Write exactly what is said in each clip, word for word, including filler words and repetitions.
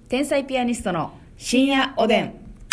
天才ピアニストの深夜おでん。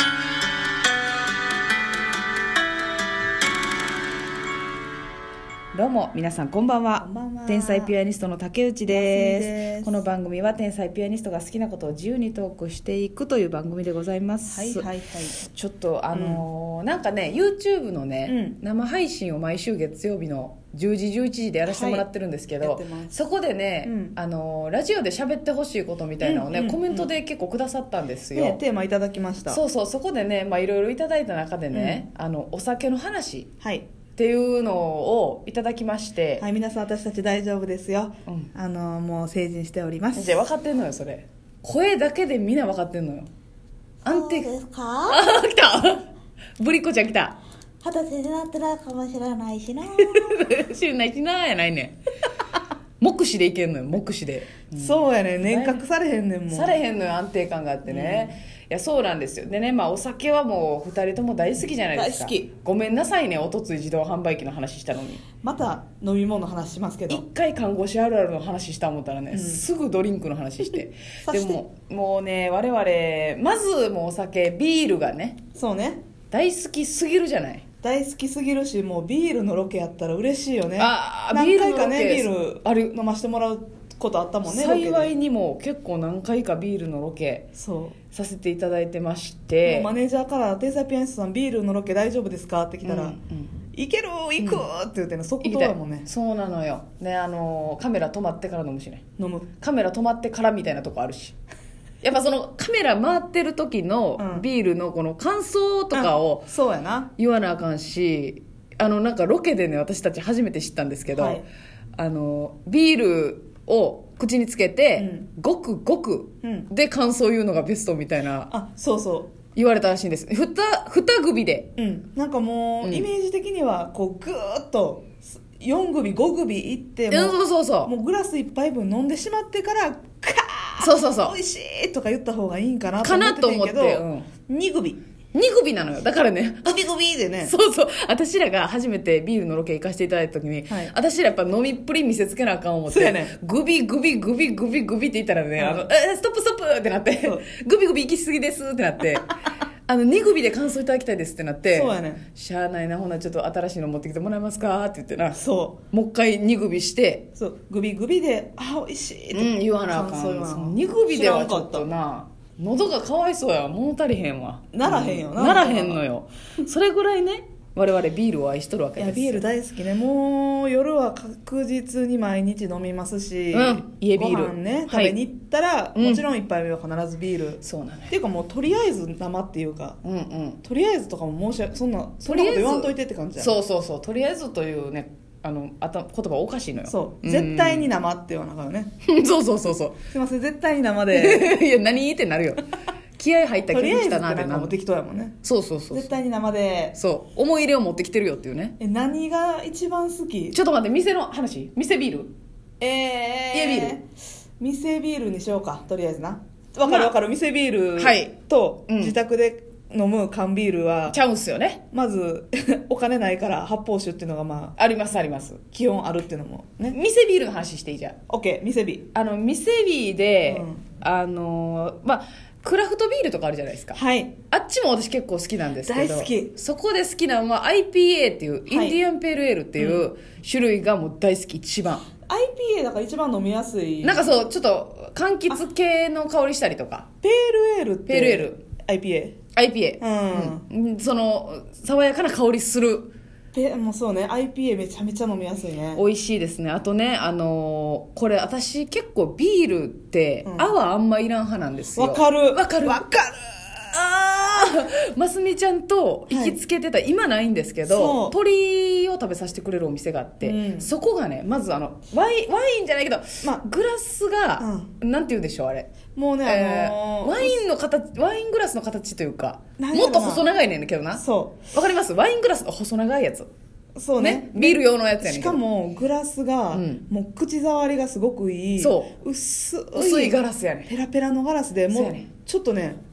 どうも皆さんこんばんは。 こんばんは。 天才ピアニストの竹内です。 ですこの番組は天才ピアニストが好きなことを自由にトークしていくという番組でございます。 はいはいはい。 ちょっとあのーうん、なんかね YouTube のね、 うん、 生配信を毎週月曜日のじゅうじじゅういちじでやらせてもらってるんですけど、はい、そこでね、うん、あのー、ラジオで喋ってほしいことみたいなのをね、うんうんうん、コメントで結構くださったんですよ、 ね、テーマいただきました。 そうそう、そこでね、まあ、いろいろいただいた中でね、うん、あのお酒の話、 はいっていうのをいただきまして、 はい、皆さん私たち大丈夫ですよ、うん、あのもう成人しております。 じゃあ分かってんのよ、それ声だけでみんな分かってんのよ。 そうですか？ あ、来たブリッコちゃん来た。 二十歳になってないかもしれないしな知らないしなやないねん目視でいけんのよ、目視で、 うん、そうやね、年賀されへんねんもん。 されへんのよ、安定感があってね、うん、いやそうなんですよ。でね、まあ、お酒はもうふたりとも大好きじゃないですか。 大好き。 ごめんなさいね、おとつい自動販売機の話したのにまた飲み物の話しますけど、 一回看護師あるあるの話した思ったらね、うん、すぐドリンクの話してでももうね、我々まずもうお酒ビールがね、 そうね、 大好きすぎるじゃない。 大好きすぎるし、もうビールのロケやったら嬉しいよね。 あ、 何回かね、ビールある飲ましてもらうことあったもんね。 幸いにも結構何回かビールのロケさせていただいてまして、 もうマネージャーから天才ピアニストさんビールのロケ大丈夫ですかって来たら、うんうん、いける行く、うん、って言ってね、即答だもんね。 そうなのよ、ね、あのカメラ止まってから飲むしね。 飲むカメラ止まってからみたいなとこあるしやっぱそのカメラ回ってる時のビールのこの感想とかを言わなあかんし、あのなんかロケでね、私たち初めて知ったんですけど、はい、あのビールを口につけて、うん、ごくごくで感想を言うのがベストみたいな、 あ、そうそう言われたらしいんです。ふた首で、 うん、なんかもう、うん、イメージ的にはこうグーッとよん首ご首いってもう、 そうそうそう、 もうグラスいっぱいぶん飲んでしまってからカー、 そうそうそう、 美味しいとか言った方がいいんかなと思ってたんやけど、かなと思って、うん、に首に首なのよ。だからね、 グビグビでね、 そうそう、私らが初めてビールのロケ行かせていただいた時に、はい、私らやっぱ飲みっぷり見せつけなあかん思って、ね、グビグビグビグビグビって言ったらね、うん、あのえストップストップってなって、グビグビ行き過ぎですってなってあのに首で感想いただきたいですってなって、 そうやね、 しゃあないな、ほなちょっと新しいの持ってきてもらえますかって言ってな、 そうもう一回に首して、 そうグビグビであ美味しいって、 うん、言わなあかん。に首ではちょっとな、喉がかわいそうやわ、物足りへんわ、 ならへんよな、 ならへんのよそれぐらいね、我々ビールを愛しとるわけですよ。 いやビール大好きね。もう夜は確実に毎日飲みますし、 うん、家ビールご飯ね、食べに行ったら、はい、もちろんいっぱい目は必ずビール、うん、 そうなのよ。 っていうかもうとりあえず生っていうか、うんうん、とりあえずとかも申し訳そんなそんなこと言わんといてって感じや。 そうそうそう、とりあえずというね、あのあた言葉おかしいのよ。 そう、絶対に生って言わなあかんよねそうそうそうそう、 すいません絶対に生でいや何ってなるよ気合入った気がしたなって。 なんかもう適当やもんね。 そうそうそう、 絶対に生で、 そう思い入れを持ってきてるよっていうね。 え、何が一番好き？ ちょっと待って、店の話、店ビール、 えー、 家ビール、 店ビールにしようか、とりあえずな。わかるわかる、店ビールとはい、うん、 自宅で飲む缶ビールはちゃうんすよね。 まずお金ないから発泡酒っていうのがまあありますあります、 基本あるっていうのもね。 店ビールの話していい？じゃあ OK、 店ビール、 あの店ビーで、 うん、 あのまあクラフトビールとかあるじゃないですか。 はい。 あっちも私結構好きなんですけど、 大好き。 そこで好きなのは アイピーエー っていう、インディアンペールエールっていう種類がもう大好き、一番。 アイピーエー だから一番飲みやすい。 なんかそう、ちょっと柑橘系の香りしたりとか。 ペールエールって。 ペールエール。 アイピーエー。 アイピーエー。うん。うん、その、爽やかな香りする。 ペもうそうね、アイピーエー めちゃめちゃ飲みやすいね。 美味しいですね。あとね、あのー、これ私結構ビールって、うん、泡あんまいらん派なんですよ。 わかるわかるわかる。 あーますみちゃんと行きつけてた、はい、今ないんですけど、鶏を食べさせてくれるお店があって、うん、そこがね、まずあのワイン、ワインじゃないけど、まあ、グラスが、うん、なんて言うんでしょう、あれもうね、 えーあのー、 ワインの形、ワイングラスの形というか、もっと細長いねんけどな。 そうわかります？ワイングラスの細長いやつ、 そう ね, ね、ビール用のやつやねんけど、 しかもグラスが、うん、もう口触りがすごくいい、 そう薄い薄いガラスやねん、 ペラペラのガラスでもう、ね、ちょっとね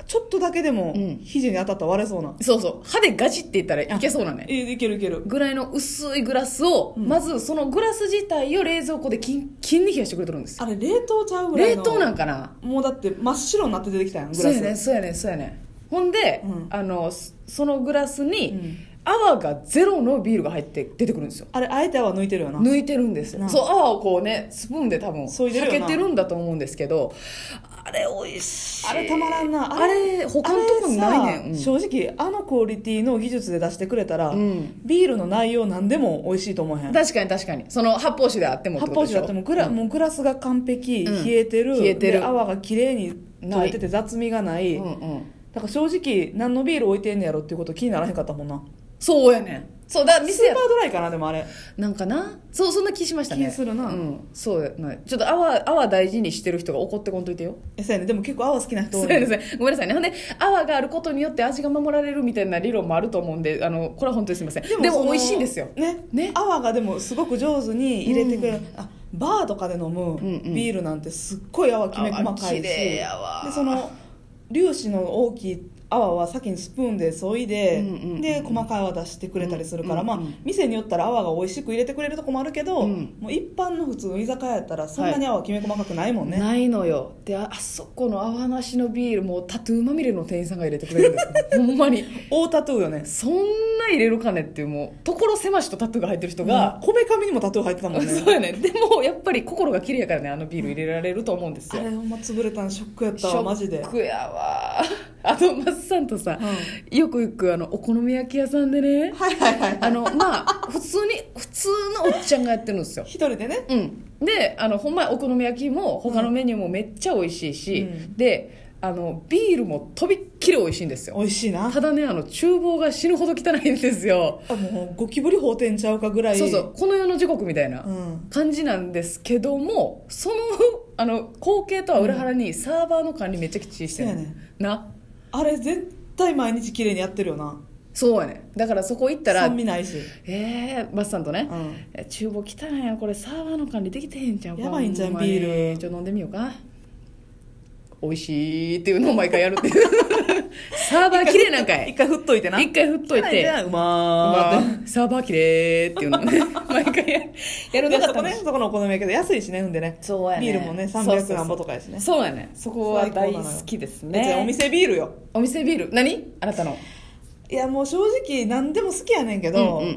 ちょっとだけでも肘に当たったら割れそうな、 そうそう歯でガチっていったらいけそうなね、 いけるいけるぐらいの薄いグラスを、うん、まずそのグラス自体を冷蔵庫で金金に冷やしてくれてるんですよ。 あれ冷凍ちゃうぐらいの。 冷凍なんかな。 もうだって真っ白になって出てきたやんグラス。 そうやねそうやねそうやね。ほんで、うん、あのそのグラスに、うん泡がゼロのビールが入って出てくるんですよ。 あれあえて泡抜いてるよな。 抜いてるんですよ。そう泡をこうねスプーンで多分かけてるんだと思うんですけど、あれ美味しい。 あれたまらんな。 あれ他のとこにないねん、うん、 正直あのクオリティの技術で出してくれたら、うん、ビールの内容何でも美味しいと思えへん。 確かに確かに。その発泡酒であってもってことでしょ。 発泡酒であってもグラ、うん、もうグラスが完璧、うん、冷えてる、冷えてる、泡が綺麗に取れてて雑味がない、うんうん、だから正直何のビール置いてんねやろっていうこと気にならへんかったもんな。 そうやねん。そうだ店やスーパードライかな。でもあれなんかな、そうそんな気しましたね。 気するな、 うん、そうやな。ちょっと泡泡大事にしてる人が怒ってこんといてよ。 えそうやね。でも結構泡好きな人多い、 ね、そうですね。ごめんなさいね。ほんで泡があることによって味が守られるみたいな理論もあると思うんで、あのこれは本当にすみません。でも、でも美味しいんですよね。ね泡がでもすごく上手に入れてくれる、うん、あバーとかで飲むビールなんてすっごい泡きめ細かいし、でその粒子の大きい泡は先にスプーンで削いで、うんうんうん、で細かい泡出してくれたりするから、うんうんうん、まあ店によったら泡が美味しく入れてくれるとこもあるけど、うん、もう一般の普通の居酒屋やったらそんなに泡きめ細かくないもんね、 はい、ないのよ。で あ, あそこの泡なしのビールもうタトゥーまみれの店員さんが入れてくれるんですよほんまに大タトゥーよね。 そんな入れるかねっていう、もう所狭しとタトゥーが入ってる人がこめかみにもタトゥー入ってたもんねそうやね。でもやっぱり心が綺麗やからね、あのビール入れられると思うんですよ。 あれほんま潰れたんショックやったわマジで。 ショックやわ。あとマスさんとさ、うん、よく行くあのお好み焼き屋さんでね、 はいはいはい、 あのまあ普通に普通のおっちゃんがやってるんですよ一人でね、 うん、であのほんまお好み焼きも他のメニューもめっちゃ美味しいし、うん、であのビールもとびっきり美味しいんですよ。 美味しいな。 ただね、あの厨房が死ぬほど汚いんですよ。 あもうゴキブリ法店ちゃうかぐらい。 そうそうこの世の時刻みたいな感じなんですけども、うん、そのあの光景とは裏腹にサーバーの管理めっちゃきっちりしてる、うんね、なあれ絶対毎日綺麗にやってるよな。 そうやね。だからそこ行ったら酸味ないし、 えー、バスさんとね、 うん、 厨房汚いやんこれ、サーバーの管理できてへんじゃん、 やばいんじゃんビール。 ちょっと飲んでみようか。美味しいっていうのを毎回やるっていうサーバー綺麗なんかい一回振っといてな。 一回振っといてうまーサーバー綺麗っていうのをね毎回ややるのがそこね、そこのお好み焼きで安いしね、ほんでね、 そうやね、 ビールもねさんびゃくなんぼとかやしね。 そうやね、そこは大好きですね。 お店ビールよ。 お店ビール何あなたの。 いやもう正直何でも好きやねんけど、 うんうんうんうん、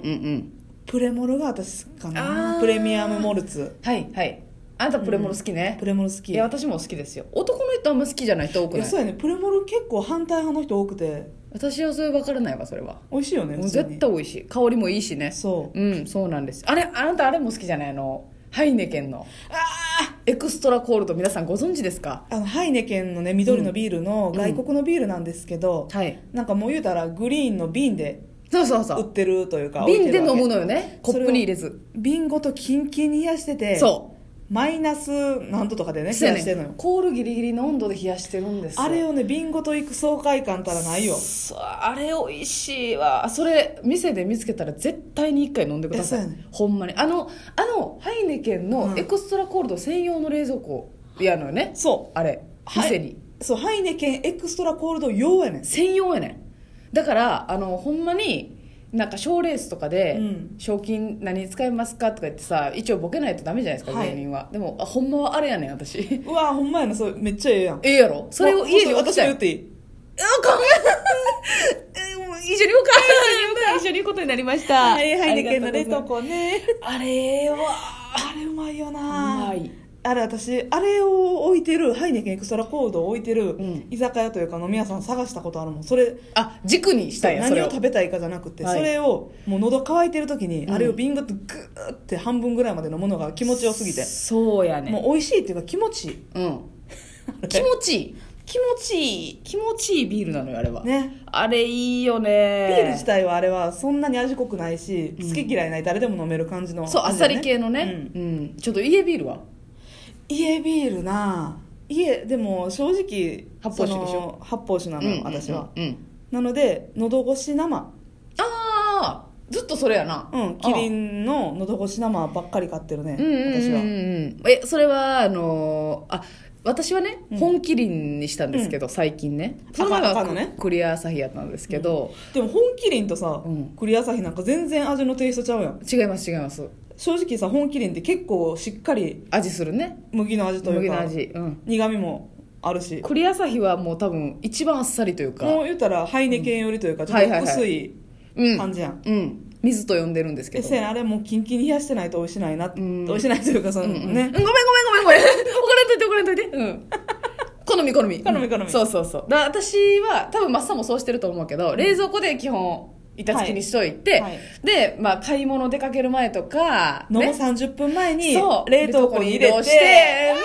プレモルが私好きかな。プレミアムモルツ。 はいはい。あなたプレモル好きね、 うん、プレモル好き。 いや私も好きですよ。男の人あんま好きじゃない人多くない。いやそうやね、プレモル結構反対派の人多くて。 私はそれ分からないわ。それは美味しいよね。 もう絶対美味しい。香りもいいしね。 そううんそうなんです。あれあなたあれも好きじゃない、あのハイネケンのあエクストラコールド、皆さんご存知ですか。 あのハイネケンのね緑のビールの外国のビールなんですけど、 うんはい、 なんかもう言うたらグリーンの瓶でそうそうそう売ってるというか、 瓶で飲むのよね、コップに入れず。 瓶ごとキンキンに冷やしてて、 そうマイナス何度とかでね冷やしてるのよ、ね、 コールギリギリの温度で冷やしてるんですよ。 あれをね瓶ごと行く爽快感たらないよ。 あれ美味しいわ。それ店で見つけたら絶対にいっかい飲んでください、ね、ほんまに。あのあのハイネケンのエクストラコールド専用の冷蔵庫やのよね、 うん、そうあれ店に、 はい、そうハイネケンエクストラコールド用やねん、 専用やねん。だからあのほんまになんか賞レースとかで、うん、賞金何使いますかとか言ってさ、一応ボケないとダメじゃないですか、はい、芸人は。でもあほんまはあれやねん私。 うわほんまやな、それめっちゃええやん。 ええやろ。それを家に置きたい。 私が言っていい。 あかん一緒に行こうか一緒に行くことになりました。 はい、ハイネケンの冷凍庫ね。 あれはあれうまいよな。うまい。 あれ私あれを置いてるハイネケンエクストラコールドを置いてる居酒屋というか飲み屋さん探したことあるもん。それあ軸にしたいや。 何を食べたいかじゃなくて、はい、それをもう喉乾いてる時に、うん、あれを瓶ごとグーって半分ぐらいまで飲むのが気持ちよすぎて。 そうやね。 もう美味しいっていうか気持ちいい、 うん、気持ちいい気持ちいい気持ちいいビールなのよあれはね。 あれいいよね。 ビール自体はあれはそんなに味濃くないし、うん、好き嫌いない誰でも飲める感じの味、ね、 そうあっさり系のね、うんうん、ちょっと家ビールは家ビールな家でも正直発泡酒でしょ。 発泡酒なの、うん、私は、 うんうん、 なので喉越し生ああずっとそれやな。 うんキリンの喉越し生ばっかり買ってるね、 うんうんうんうん、 私は。 えそれはあのー、あ私はね、 うん本麒麟にしたんですけど、うん、最近ねその前はねクリア朝日やったんですけど、 うん、でも本麒麟とさ、うん、クリア朝日なんか全然味のテイストちゃうやん。 違います違います。 正直さ本麒麟って結構しっかり味するね。 麦の味というか麦の味、うん、 苦味もあるし、 クリア朝日はもう多分一番あっさりというか、 もう言ったらハイネケンよりというか、うん、ちょっと薄い感じやん、 うんうん、水と呼んでるんですけど、 せやあれもうキンキンに冷やしてないと美味しないな、うん、美味しないというかその、うんうん、ね、ごめんごめんごめんごめん怒られんといて怒られんといて、うん好み好み好み好み、 そうそうそう。だ私は多分マッサンもそうしてると思うけど、うん、冷蔵庫で基本板付きにしといて、はいはい、で、まあ、買い物出かける前とか、 ね、飲むさんじゅっぷんまえにそう冷凍庫に入れて、まあ、美味しいね、 美味しい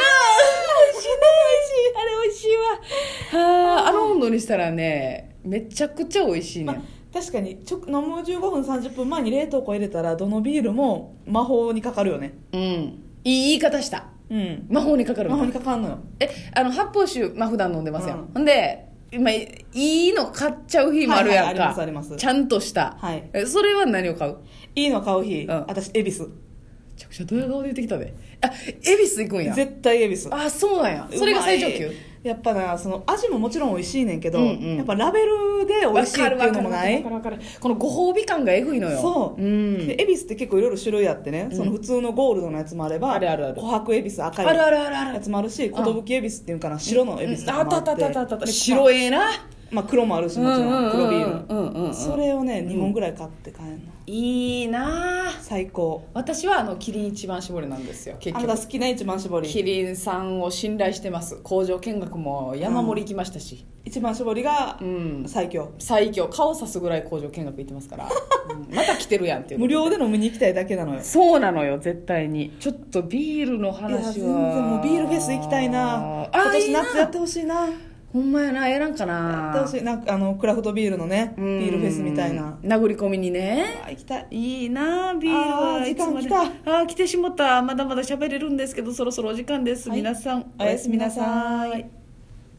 あれ美味しいわ。はあ、あの温度にしたらねめちゃくちゃ美味しいね、まあ、 確かにちょ飲むじゅうごふんさんじゅっぷんまえに冷凍庫入れたらどのビールも魔法にかかるよね。 うん、いい言い方した。うん、魔法にかかる。 魔法にかかるのよ。 え、あの発泡酒、まあ、普段飲んでますよ、うん、ほんで今いいの買っちゃう日もあるやんか、はいはい、ありますあります。ちゃんとした、はい、えそれは何を買う？ いいの買う日、うん、私恵比寿。 めちゃくちゃドヤ顔で言ってきたで。あ、恵比寿行くんや。 絶対恵比寿。 あ、そうなんや。それが最上級。 やっぱな、その味ももちろん美味しいねんけど、うんうん、やっぱラベルで美味しいっていうのもない。 わかるわかるわかる。このご褒美感がえぐいのよ。 そう。うん、で恵比寿って結構いろいろ種類あってね、うん、その普通のゴールドのやつもあれば、あるあるある。琥珀恵比寿赤いあるあるあるあるやつもあるし、寿恵比寿っていうかな、白の恵比寿とかもあって、うんうん、あったあったあったあった。 白ええな。 まあ、黒もあるしもちろん黒ビール、それをねにほんぐらい買って帰るの、うん、 いいな最高。 私はあのキリン一番搾りなんですよ。結局あなた好きな一番搾り。 キリンさんを信頼してます。工場見学も山盛り行きましたし、 うん、一番搾りが最強、 うん、最強。顔さすぐらい工場見学行ってますから、うん、また来てるやんっていう無料で飲みに行きたいだけなのよ。 そうなのよ絶対に。ちょっとビールの話は。いや全然もうビールフェス行きたいな。今年夏やってほしいな。 ほんまやな、ええなんかな。 やってほしい。なんかあのクラフトビールのね、ビールフェスみたいな。 殴り込みにね。 あ、行きたい。 いいな、ビールは。 あ、時間来た。 あ、来てしまった。まだまだ喋れるんですけど、そろそろお時間です。はい、皆さん、 おやすみなさい。